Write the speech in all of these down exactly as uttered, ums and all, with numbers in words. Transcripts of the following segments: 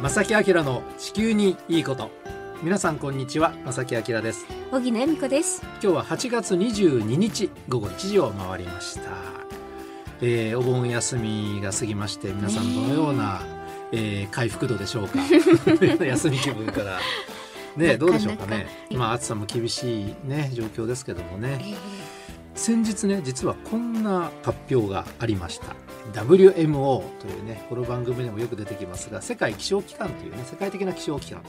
正木明の地球にいいこと。皆さんこんにちは、正木明です。 荻野恵美子です。 今日ははちがつにじゅうににちごごいちじを回りました、えー、お盆休みが過ぎまして、皆さんどのような、えー、回復度でしょうか休み気分からね、どうでしょうかね。まあ、暑さも厳しい、ね、状況ですけどもね、えー、先日ね、実はこんな発表がありました。 ダブリューエムオー というね、この番組でもよく出てきますが、世界気象機関というね、世界的な気象機関、はい、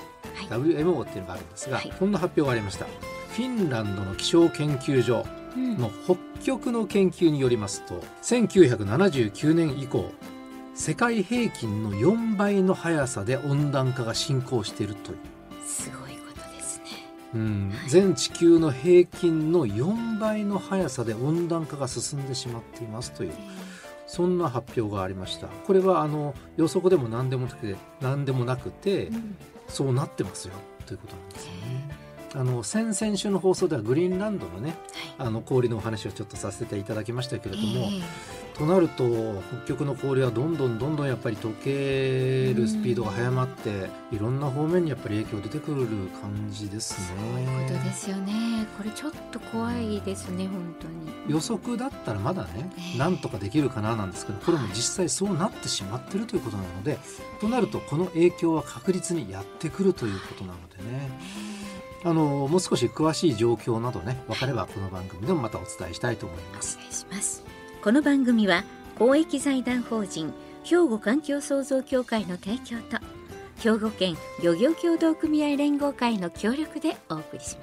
ダブリューエムオー っていうのがあるんですが、はい、こんな発表がありました。フィンランドの気象研究所の北極の研究によりますと、せんきゅうひゃくななじゅうきゅうねん以降、世界平均のよんばいの速さで温暖化が進行しているという。 すごいことですね、 うん、全地球の平均のよんばいの速さで温暖化が進んでしまっていますという、そんな発表がありました。これはあの予測でも何でもなくて、何でもなくて、うん、そうなってますよということなんですよね。あの先々週の放送ではグリーンランドのね、はい、あの氷のお話をちょっとさせていただきましたけれども、えー、となると北極の氷はどんどんどんどんやっぱり溶けるスピードが速まって、うん、いろんな方面にやっぱり影響出てくる感じですね。 そういうことですよね。これちょっと怖いですね、本当に。 予測だったらまだね、えー、なんとかできるかななんですけど、これも実際そうなってしまっているということなので、はい、となるとこの影響は確実にやってくるということなのでね、あのもう少し詳しい状況などね、分かればこの番組でもまたお伝えしたいと思います。 お願いします。この番組は公益財団法人兵庫環境創造協会の提供と兵庫県漁業協同組合連合会の協力でお送りします。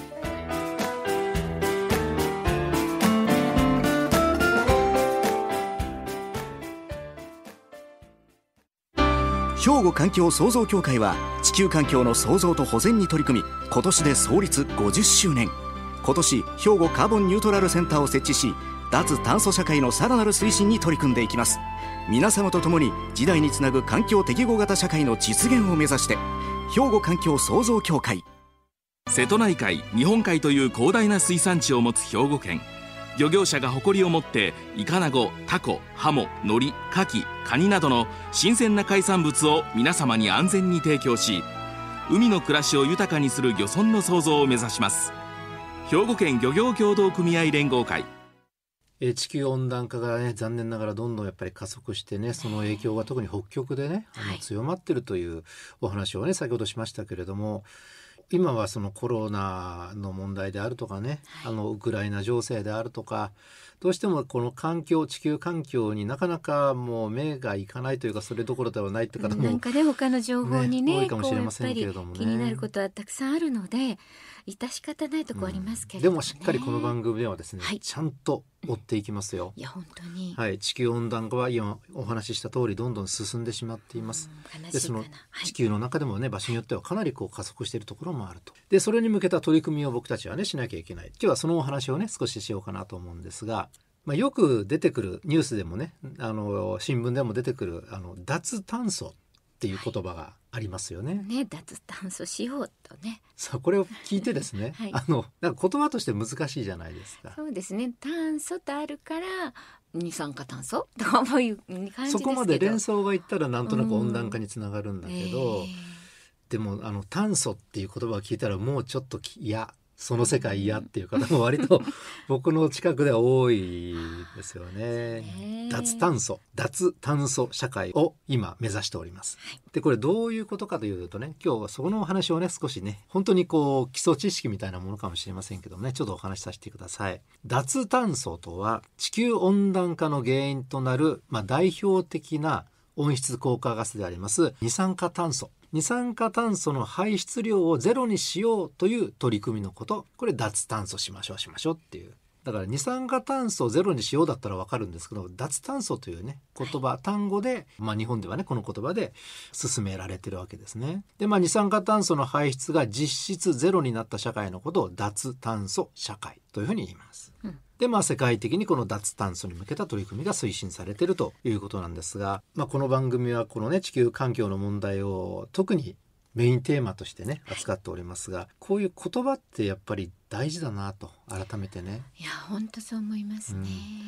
兵庫環境創造協会は地球環境の創造と保全に取り組み、今年で創立ごじゅっしゅうねん。今年兵庫カーボンニュートラルセンターを設置し、脱炭素社会のさらなる推進に取り組んでいきます。皆様と共に時代につなぐ環境適合型社会の実現を目指して、兵庫環境創造協会。 瀬戸内海、日本海という広大な水産地を持つ兵庫県。漁業者が誇りを持ってイカナゴ、タコ、ハモ、ノリ、カキ、カニなどの新鮮な海産物を皆様に安全に提供し、海の暮らしを豊かにする漁村の創造を目指します。兵庫県漁業協同組合連合会。 え地球温暖化がね、残念ながらどんどんやっぱり加速してね、その影響が特に北極でね、あの強まってるというお話をね、先ほどしましたけれども、今はそのコロナの問題であるとかね、はい、あのウクライナ情勢であるとか、どうしてもこの環境、地球環境になかなかもう目がいかないというか、それどころではないって方もなんかね、他の情報に ね, ね多いかもしれませんけれどもね、 気になることはたくさんあるので致し方ないところありますけれども、ね、 うん、でもしっかりこの番組ではですね、はい、ちゃんと追っていきますよ。 いや本当に、 はい、地球温暖化は今お話しした通りどんどん進んでしまっています。でその地球の中でもね、場所によってはかなりこう加速しているところもあると。でそれに向けた取り組みを僕たちはねしなきゃいけない。今日はそのお話をね少ししようかなと思うんですが、まあ、よく出てくるニュースでもね、あの新聞でも出てくるあの脱炭素っていう言葉がありますよね。 はい、ね、脱炭素しようとね。 そう、これを聞いてですね、はい、あのなんか言葉として難しいじゃないですか。 そうですね、炭素とあるから二酸化炭素とかいう感じですけど、 そこまで連想がいったらなんとなく温暖化につながるんだけど、えー、でもあの炭素っていう言葉を聞いたらもうちょっと嫌、その世界嫌っていう方も割と僕の近くでは多いですよね。脱炭素、脱炭素社会を今目指しております。はい、でこれどういうことかというとね、今日はそのお話をね少しね、本当にこう基礎知識みたいなものかもしれませんけどね、ちょっとお話しさせてください。脱炭素とは地球温暖化の原因となる、まあ、代表的な温室効果ガスであります二酸化炭素。二酸化炭素の排出量をゼロにしようという取り組みのこと。これ脱炭素しましょうしましょうっていう。だから二酸化炭素をゼロにしようだったらわかるんですけど、脱炭素というね言葉、はい、単語で、まあ、日本ではねこの言葉で進められてるわけですね。で、まあ、二酸化炭素の排出が実質ゼロになった社会のことを脱炭素社会というふうに言います。うん、で、まあ、世界的にこの脱炭素に向けた取り組みが推進されているということなんですが、まあ、この番組はこのね地球環境の問題を特にメインテーマとしてね扱っておりますが、はい、こういう言葉ってやっぱり大事だなと改めてね。 いや本当そう思いますね。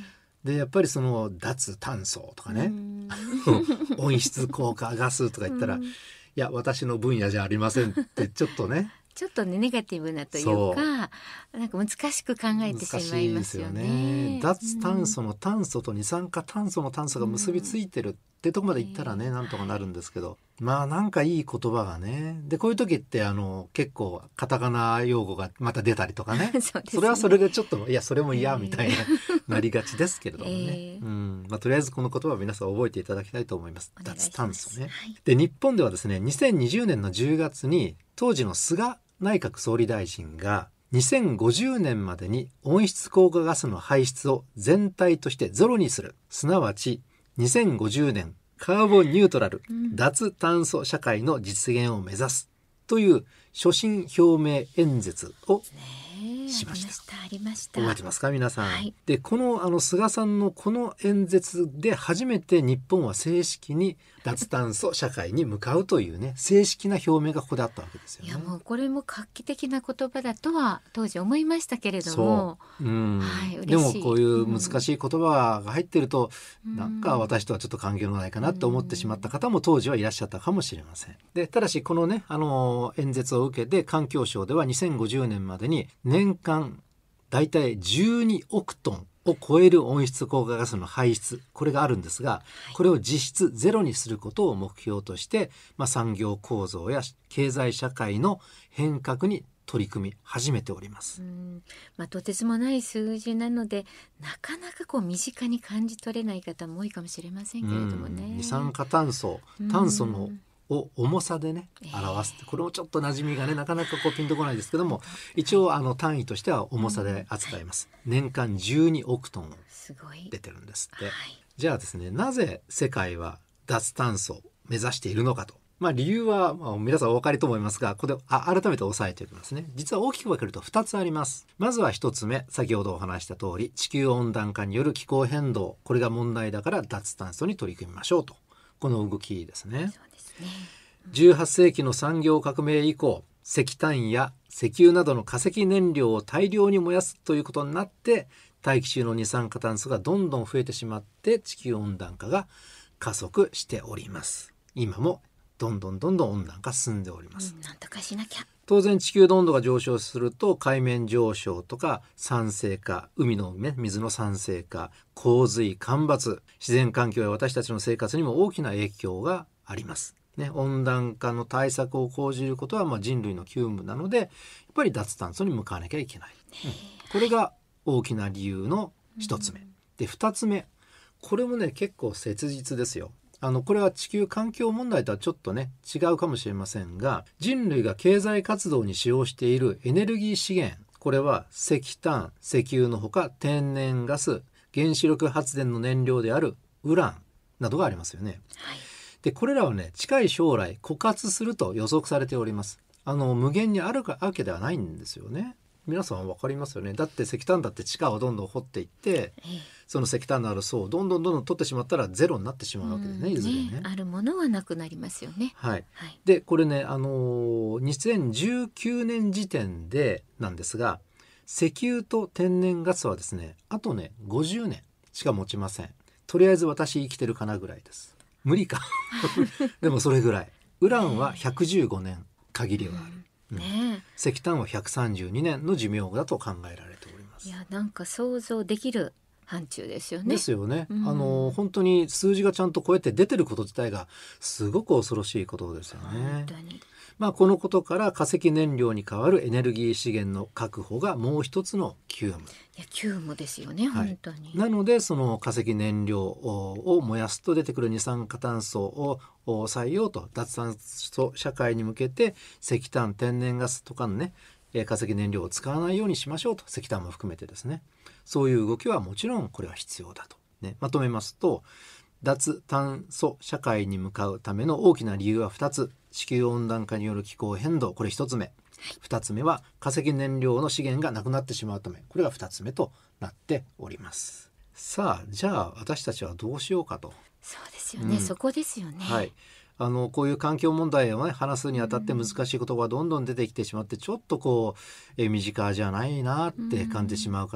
でやっぱりその脱炭素とかね、温室効果ガスとか言ったら、いや私の分野じゃありませんってちょっとねちょっとねネガティブなというか、なんか難しく考えてしまいますよね。 難しいですよね。脱炭素の炭素と二酸化炭素の炭素が結びついてるってとこまでいったらね、なんとかなるんですけど、まあなんかいい言葉がね、でこういう時ってあの結構カタカナ用語がまた出たりとかねそうですね、 それはそれでちょっといやそれも嫌みたいななりがちですけれどもね、 えーうんまあ、とりあえずこの言葉を皆さん覚えていただきたいと思います。 お願いします。 脱炭素ね、 はい、 で日本ではですねにせんにじゅうねんのじゅうがつに当時の菅内閣総理大臣がにせんごじゅうねんまでに温室効果ガスの排出を全体としてゼロにする、すなわちにせんごじゅうねんカーボンニュートラル、うん、脱炭素社会の実現を目指すという所信表明演説をしました。 ありました。 覚えてますか皆さん、 はい、 でこのあの菅さんのこの演説で初めて日本は正式に脱炭素社会に向かうというね正式な表明がここであったわけですよね。 いやもうこれも画期的な言葉だとは当時思いましたけれども、 そう、うんはい、 でもこういう難しい言葉が入ってると、 うん、 なんか私とはちょっと関係のないかなと思ってしまった方も当時はいらっしゃったかもしれません。でただしこのねあの演説を受けて環境省ではにせんごじゅうねんまでに年間だいたいじゅうにおくトンを超える温室効果ガスの排出、これがあるんですが、これを実質ゼロにすることを目標として、まあ、産業構造や経済社会の変革に取り組み始めております。 うん、まあ、とてつもない数字なのでなかなかこう身近に感じ取れない方も多いかもしれませんけれどもね。 二酸化炭素、炭素のを重さでね表すって、これもちょっと馴染みがねなかなかこうピンとこないですけども、一応あの単位としては重さで扱います。年間じゅうにおくトン出てるんですって。はい、じゃあですね、なぜ世界は脱炭素を目指しているのかと、まあ理由は、まあ、皆さんお分かりと思いますが、ここであ改めて押さえておきますね。実は大きく分けるとふたつあります。まずはひとつめ、先ほどお話した通り地球温暖化による気候変動、これが問題だから脱炭素に取り組みましょうと、この動きですね。じゅうはっせいきの産業革命以降、石炭や石油などの化石燃料を大量に燃やすということになって、大気中の二酸化炭素がどんどん増えてしまって地球温暖化が加速しております。今もどんどんどんどん温暖化進んでおります。 うん、なんとかしなきゃ。 当然地球の温度が上昇すると海面上昇とか酸性化、海の、ね、水の酸性化、洪水、干ばつ、自然環境や私たちの生活にも大きな影響があります。ね、温暖化の対策を講じることはまあ人類の急務なので、やっぱり脱炭素に向かわなきゃいけない。うん、これが大きな理由の一つ目。で、二つ目。これもね、結構切実ですよ。あの、これは地球環境問題とはちょっとね、違うかもしれませんが、人類が経済活動に使用しているエネルギー資源、これは石炭、石油のほか天然ガス、原子力発電の燃料であるウランなどがありますよね。はい、でこれらはね近い将来枯渇すると予測されております。あの無限にあるわけではないんですよね。皆さん分かりますよね。だって石炭だって地下をどんどん掘っていって、その石炭のある層をどんどんどんどん取ってしまったらゼロになってしまうわけでね、いずれね。 あるものはなくなりますよね。 はい。はい、でこれねあのにせんじゅうきゅうねん時点でなんですが、石油と天然ガスはですねあとねごじゅうねんしか持ちません。とりあえず私生きてるかなぐらいです。無理かでもそれぐらい。ウランはひゃくじゅうごねん限りはある、うんね、石炭はひゃくさんじゅうにねんの寿命だと考えられております。 いやなんか想像できる範疇ですよね。 ですよね、うん、あの本当に数字がちゃんとこうやって出てること自体がすごく恐ろしいことですよね。 本当に。 まあ、このことから化石燃料に代わるエネルギー資源の確保がもう一つの急務。 いや急務ですよね、はい、本当に。 なのでその化石燃料を燃やすと出てくる二酸化炭素を抑えようと、脱炭素社会に向けて石炭、天然ガスとかのね化石燃料を使わないようにしましょうと、石炭も含めてですね、そういう動きはもちろんこれは必要だと、ね、まとめますと、脱炭素社会に向かうための大きな理由はふたつ。地球温暖化による気候変動、これひとつめ。ふたつめは化石燃料の資源がなくなってしまうため、これがふたつめとなっております。さあじゃあ私たちはどうしようかと。 そうですよね、うん、そこですよね。 はい、あのこういう環境問題を、ね、話すにあたって難しい言葉がどんどん出てきてしまって、ちょっとこうえ身近じゃないなって感じてしまう方、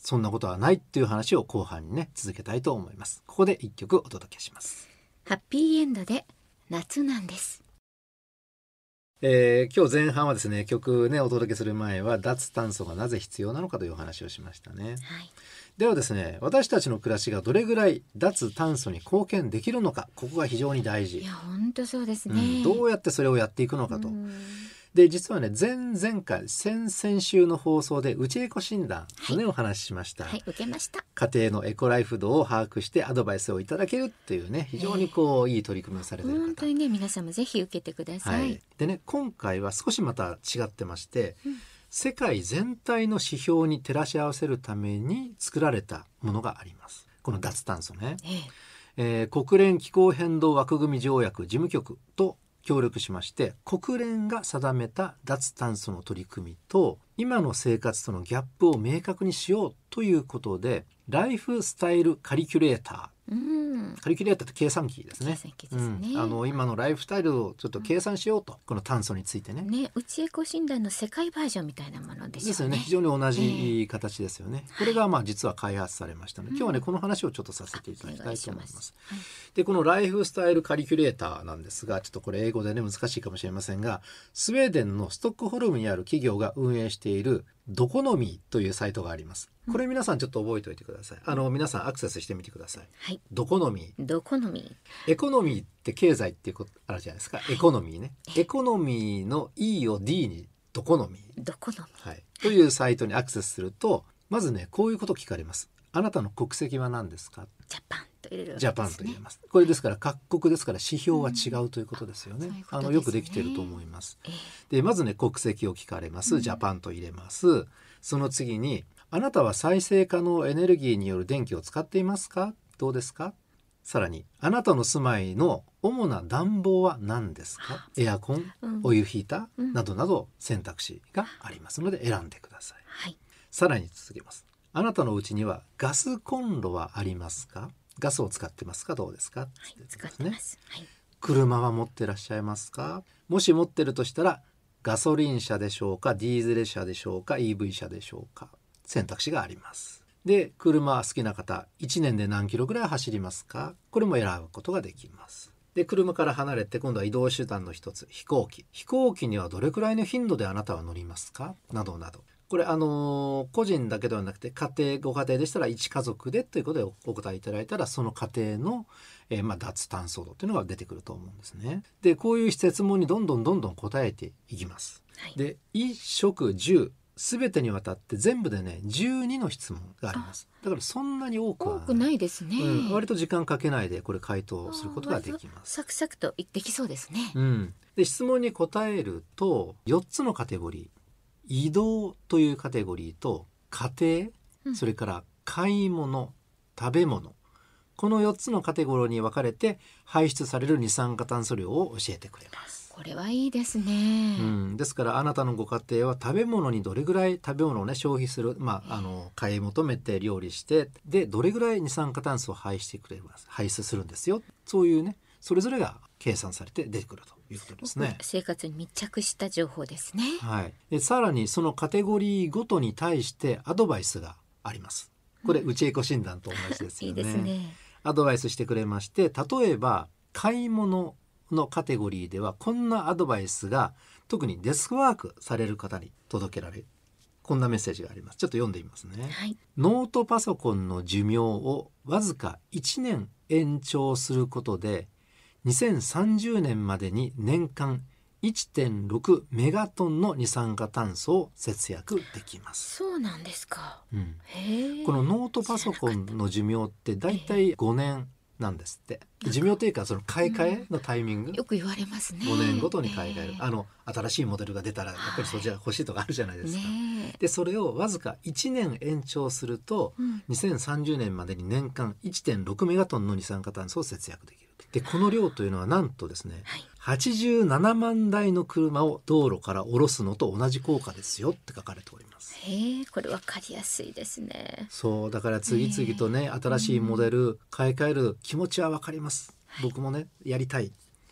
そんなことはないっていう話を後半にね続けたいと思います。ここで一曲お届けします。 ハッピーエンドで夏なんです。 えー、今日前半はですね、曲ねお届けする前は脱炭素がなぜ必要なのかというお話をしましたね、はい、ではですね、私たちの暮らしがどれぐらい脱炭素に貢献できるのか、ここが非常に大事。 いや本当そうですね、 うん、どうやってそれをやっていくのかと。で実はね、前々回先々週の放送でうちエコ診断のね、はい、お話ししました、 はい、受けました。 家庭のエコライフ度を把握してアドバイスをいただけるっていうね、非常にこういい取り組みをされている方、 本当にね、皆さんもぜひ受けてください、はい、 でね、今回は少しまた違ってまして、うん、世界全体の指標に照らし合わせるために作られたものがあります。この脱炭素ね、えええー、国連気候変動枠組条約事務局と協力しまして、国連が定めた脱炭素の取り組みと今の生活とのギャップを明確にしようということで、ライフスタイルカリキュレーター、うん、カリキュレーターって計算機ですね。 計算機ですね、 うん、あの今のライフスタイルをちょっと計算しようと、うん、この炭素についてね。 ね、うちエコ診断の世界バージョンみたいなものですよね。 ですよね。非常に同じ形ですよね、えー、これがまあ実は開発されましたので、はい、今日はねこの話をちょっとさせていただきたいと思います。ます、はい、でこのライフスタイルカリキュレーターなんですが、ちょっとこれ英語でね難しいかもしれませんが、スウェーデンのストックホルムにある企業が運営しているドコノミーというサイトがあります。これ皆さんちょっと覚えておいてください。あの皆さんアクセスしてみてください、はい、ドコノミー。 ドコノミーエコノミーって経済っていうことあるじゃないですか、はい、エコノミーね。エコノミーの E を D にドコノミー、 ドコノミー、 はい、というサイトにアクセスすると、まずねこういうこと聞かれます。あなたの国籍は何ですか。 ジャパンと入れるわけですね。 ジャパンと入れます。これですから各国ですから指標は違うということですよね、うん、ういうことですね。あのよくできていると思います、えー、でまずね国籍を聞かれます。ジャパンと入れます、うん、その次にあなたは再生可能エネルギーによる電気を使っていますか。どうですか。さらにあなたの住まいの主な暖房は何ですか。エアコン、うん、お湯ヒーター、うん、などなど選択肢がありますので選んでください、はい、さらに続けます。あなたのうちにはガスコンロはありますか。ガスを使ってますか。どうですか、はい、 使ってます、はい、 車は持ってらっしゃいますか。もし持ってるとしたらガソリン車でしょうか、ディーゼル車でしょうか、 イーブイ 車でしょうか。選択肢があります。で車好きな方、いちねんで何キロぐらい走りますか。これも選ぶことができます。で車から離れて今度は移動手段の一つ、飛行機。飛行機にはどれくらいの頻度であなたは乗りますか、などなど。これあのー、個人だけではなくて家庭ご家庭でしたらいち家族でということでお答えいただいたら、その家庭の、えーまあ、脱炭素度というのが出てくると思うんですね。でこういう質問にどんどんどんどん答えていきます、はい、で衣食住すべてにわたって全部でねじゅうにの質問があります。だからそんなに多くは多くないですね、 うん、割と時間かけないでこれ回答することができます。 サクサクとできそうですね、 うん、で質問に答えるとよっつのカテゴリー、移動というカテゴリーと家庭、うん、それから買い物、食べ物、このよっつのカテゴリーに分かれて排出される二酸化炭素量を教えてくれます。 これはいいですね、 うん、ですからあなたのご家庭は食べ物にどれぐらい食べ物をね消費する、まあ、あの買い求めて料理してでどれぐらい二酸化炭素を排出してくれます、排出するんですよ。そういうねそれぞれが計算されて出てくるということですね。 生活に密着した情報ですね、 はい、でさらにそのカテゴリーごとに対してアドバイスがあります。これ、うん、うちエコ診断と同じですよね。いいですね。アドバイスしてくれまして、例えば買い物のカテゴリーではこんなアドバイスが特にデスクワークされる方に届けられる。こんなメッセージがあります。ちょっと読んでみますね、はい、ノートパソコンの寿命をわずかいちねん延長することでにせんさんじゅうねんまでに年間 いってんろく メガトンの二酸化炭素を節約できます。 そうなんですか、 うん、へこのノートパソコンの寿命ってだいたいごねんなんですって。寿命というかその買い替えのタイミング、うん、 よく言われますね。 ごねんごとに買い替える、あの新しいモデルが出たらやっぱりそっちが欲しいとかあるじゃないですか、ね、でそれをわずかいちねん延長すると、うん、にせんさんじゅうねんまでに年間 いってんろく メガトンの二酸化炭素を節約できる。でこの量というのはなんとですね、はい、はちじゅうななまんだいの車を道路から下ろすのと同じ効果ですよって書かれております。 へえ、これ分かりやすいですね。 そうだから次々とね新しいモデル買い替える気持ちは分かります、はい、僕もねやりたい。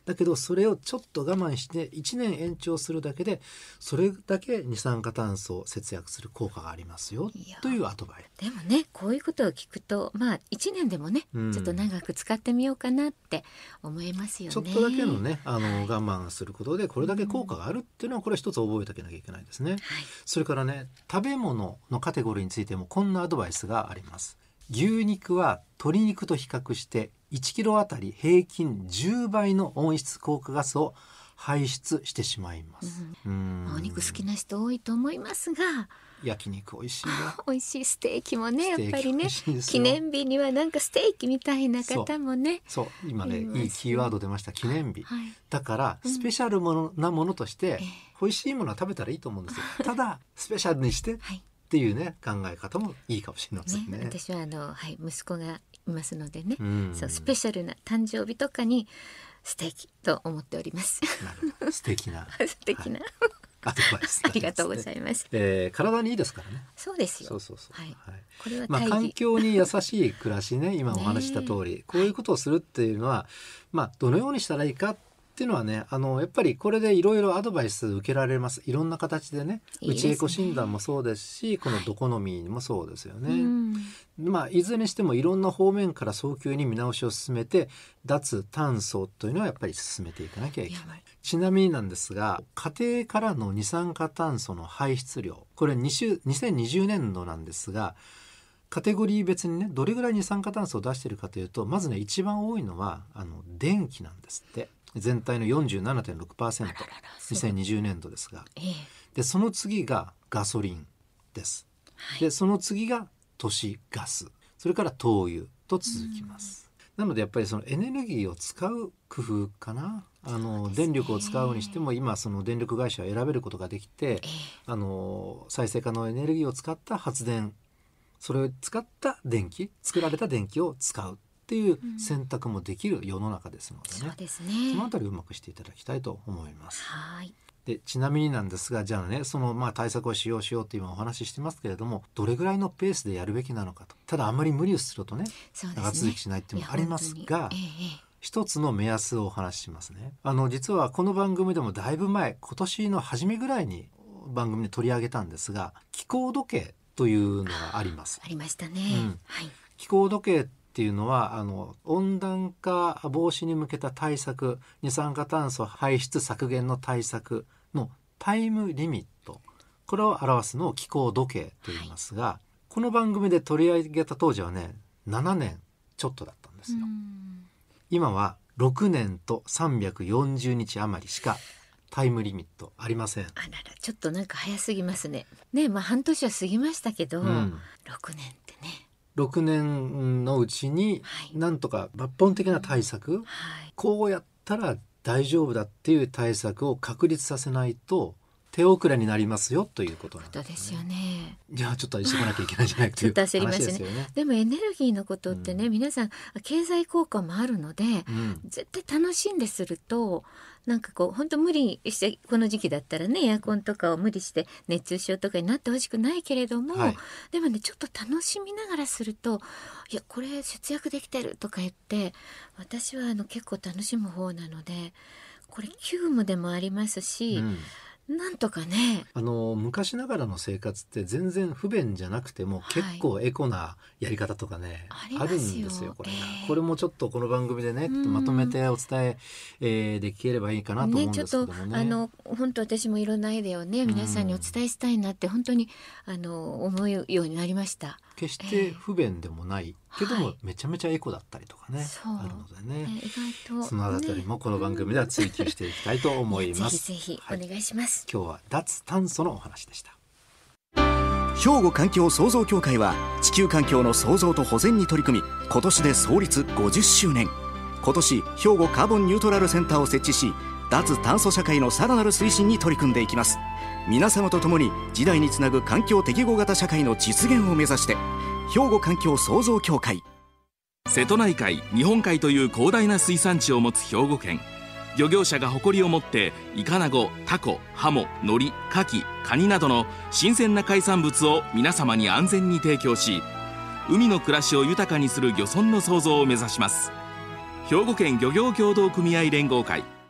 だけどそれをちょっと我慢していちねん延長するだけでそれだけ二酸化炭素を節約する効果がありますよというアドバイス。 でもねこういうことを聞くとまあいちねんでもね、うん、ちょっと長く使ってみようかなって思いますよね。 ちょっとだけのねあの、はい、我慢することでこれだけ効果があるっていうのはこれ一つ覚えておかなきゃいけないですね、はい、それからね食べ物のカテゴリーについてもこんなアドバイスがあります。牛肉は鶏肉と比較していちキロあたり平均じゅうばいの温室効果ガスを排出してしまいます、 うん、うんお肉好きな人多いと思いますが焼肉美味しいな美味しいステーキもねやっぱりね記念日にはなんかステーキみたいな方もねそう、そう今ねいいキーワード出ました記念日、はい、だからスペシャルものなものとして、うん、美味しいものは食べたらいいと思うんですよただスペシャルにして、はいっていうね考え方もいいかもしれません ね, ね私はあの、はい、息子がいますのでね、うん、そうスペシャルな誕生日とかにステーキと思っております。 なるほど素敵な素敵な、はい、 アドバイス、 ね、ありがとうございます、 えー、体にいいですからね。 そうですよ。 そうそうそう、 はいはい、これはまあ、環境に優しい暮らしね今お話した通りこういうことをするっていうのは、まあ、どのようにしたらいいかっていうのはねあのやっぱりこれでいろいろアドバイス受けられます。いろんな形でねうちエコ診断もそうですしこのドコノミーもそうですよね、はいまあ、いずれにしてもいろんな方面から早急に見直しを進めて脱炭素というのはやっぱり進めていかなきゃいけない。ちなみになんですが家庭からの二酸化炭素の排出量これにせんにじゅうねんどなんですがカテゴリー別にねどれぐらい二酸化炭素を出しているかというとまずね一番多いのはあの電気なんですって。全体の よんじゅうななてんろくパーセント にせんにじゅうねんどですが、ええ、でその次がガソリンです、はい、でその次が都市ガスそれから灯油と続きます。なのでやっぱりそのエネルギーを使う工夫かなあの、ね、電力を使うにしても今その電力会社を選べることができて、ええ、あの再生可能エネルギーを使った発電それを使った電気作られた電気を使うっていう選択もできる世の中ですのでね、うん、そうですねそのあたりうまくしていただきたいと思います。はいでちなみになんですがじゃあねそのまあ対策をしようしようって今お話ししてますけれどもどれぐらいのペースでやるべきなのかとただあんまり無理をすると ね, ね長続きしないっていうのもありますが、ええ、一つの目安をお話ししますね。あの実はこの番組でもだいぶ前今年の初めぐらいに番組で取り上げたんですが気候時計というのがあります。 ありましたね、 うんはい、気候時計っていうのはあの温暖化防止に向けた対策二酸化炭素排出削減の対策のタイムリミットこれを表すのを気候時計と言いますが、はい、この番組で取り上げた当時はねななねんちょっとだったんですよ。今はろくねんとさんびゃくよんじゅうにち余りしかタイムリミットありません。あららちょっとなんか早すぎますね。ねまあ半年は過ぎましたけど、うん、ろくねんってねろくねんのうちになんとか抜本的な対策、はい、こうやったら大丈夫だっていう対策を確立させないと手遅れになりますよということなんですね。 ですよね。 じゃあちょっと急がなきゃいけないんじゃないかという話ですよね。 でもエネルギーのことってね、うん、皆さん経済効果もあるので、うん、絶対楽しんでするとなんかこう本当無理してこの時期だったらねエアコンとかを無理して熱中症とかになってほしくないけれども、はい、でもねちょっと楽しみながらするといやこれ節約できてるとか言って私はあの結構楽しむ方なのでこれ急務でもありますし、うんなんとかねあの昔ながらの生活って全然不便じゃなくても、はい、結構エコなやり方とかね あ, あるんですよこれ、えー、これもちょっとこの番組でねまとめてお伝ええー、できればいいかなと思うんですけどもね、ねちょっとあの本当私もいろんなアイデアをね皆さんにお伝えしたいなって本当にあの思うようになりました。 決して不便でもない、えー、けどもめちゃめちゃエコだったりとかね、はい、あるのでね、えー、意外とそのあたりもこの番組では追求していきたいと思います。 ぜひぜひお願いします、 はい、今日は脱炭素のお話でした。 兵庫環境創造協会は地球環境の創造と保全に取り組み今年で創立ごじゅっしゅうねん。今年兵庫カーボンニュートラルセンターを設置し脱炭素社会のさらなる推進に取り組んでいきます。皆様と共に時代につなぐ環境適合型社会の実現を目指して兵庫環境創造協会。 瀬戸内海、日本海という広大な水産地を持つ兵庫県。漁業者が誇りを持ってイカナゴ、タコ、ハモ、ノリ、カキ、カニなどの新鮮な海産物を皆様に安全に提供し海の暮らしを豊かにする漁村の創造を目指します。兵庫県漁業協同組合連合会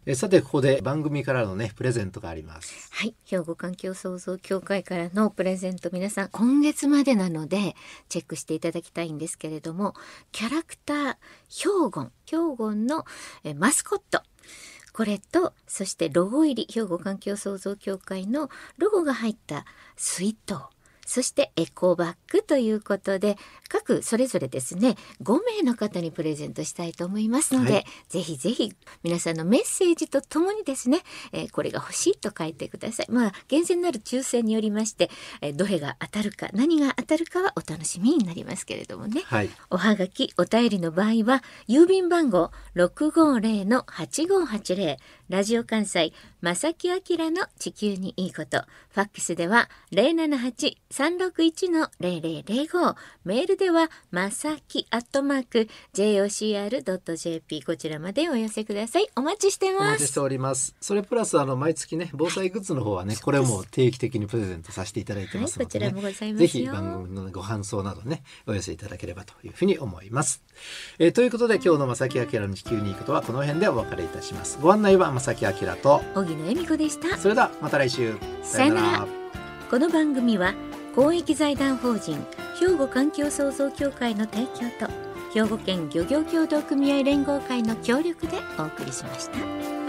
えさてここで番組からのねプレゼントがあります。 はい、兵庫環境創造協会からのプレゼント、皆さん今月までなのでチェックしていただきたいんですけれども、キャラクターヒョウゴン、ヒョウゴンのえマスコット、これとそしてロゴ入り兵庫環境創造協会のロゴが入った水筒、そしてエコバッグということで、各それぞれですねごめいの方にプレゼントしたいと思いますので、はい、ぜひぜひ皆さんのメッセージとともにですね、えー、これが欲しいと書いてください。まあ厳選なる抽選によりまして、えー、どれが当たるか何が当たるかはお楽しみになりますけれどもね、はい、おはがきお便りの場合は郵便番号 ろくごーぜろのはちごーはちぜろ、ラジオ関西正木明の地球にいいこと、ファックスでは ゼロななはち さんろくいち のゼロゼロゼロご、メールではまさきアットマーク ジェイオーシーアールドットジェーピー、 こちらまでお寄せください。お待ちしてます。 お待ちしております。それプラスあの毎月ね防災グッズの方はね、これも定期的にプレゼントさせていただいてますので、ね、 はい、こちらもございますよ。 ぜひ番組のご感想などねお寄せいただければというふうに思います。えー、ということで今日の正木明の地球にいいことはこの辺でお別れいたします。ご案内は正木明と荻野恵美子でした。 それではまた来週、 さよなら。この番組は公益財団法人兵庫環境創造協会の提供と兵庫県漁業協同組合連合会の協力でお送りしました。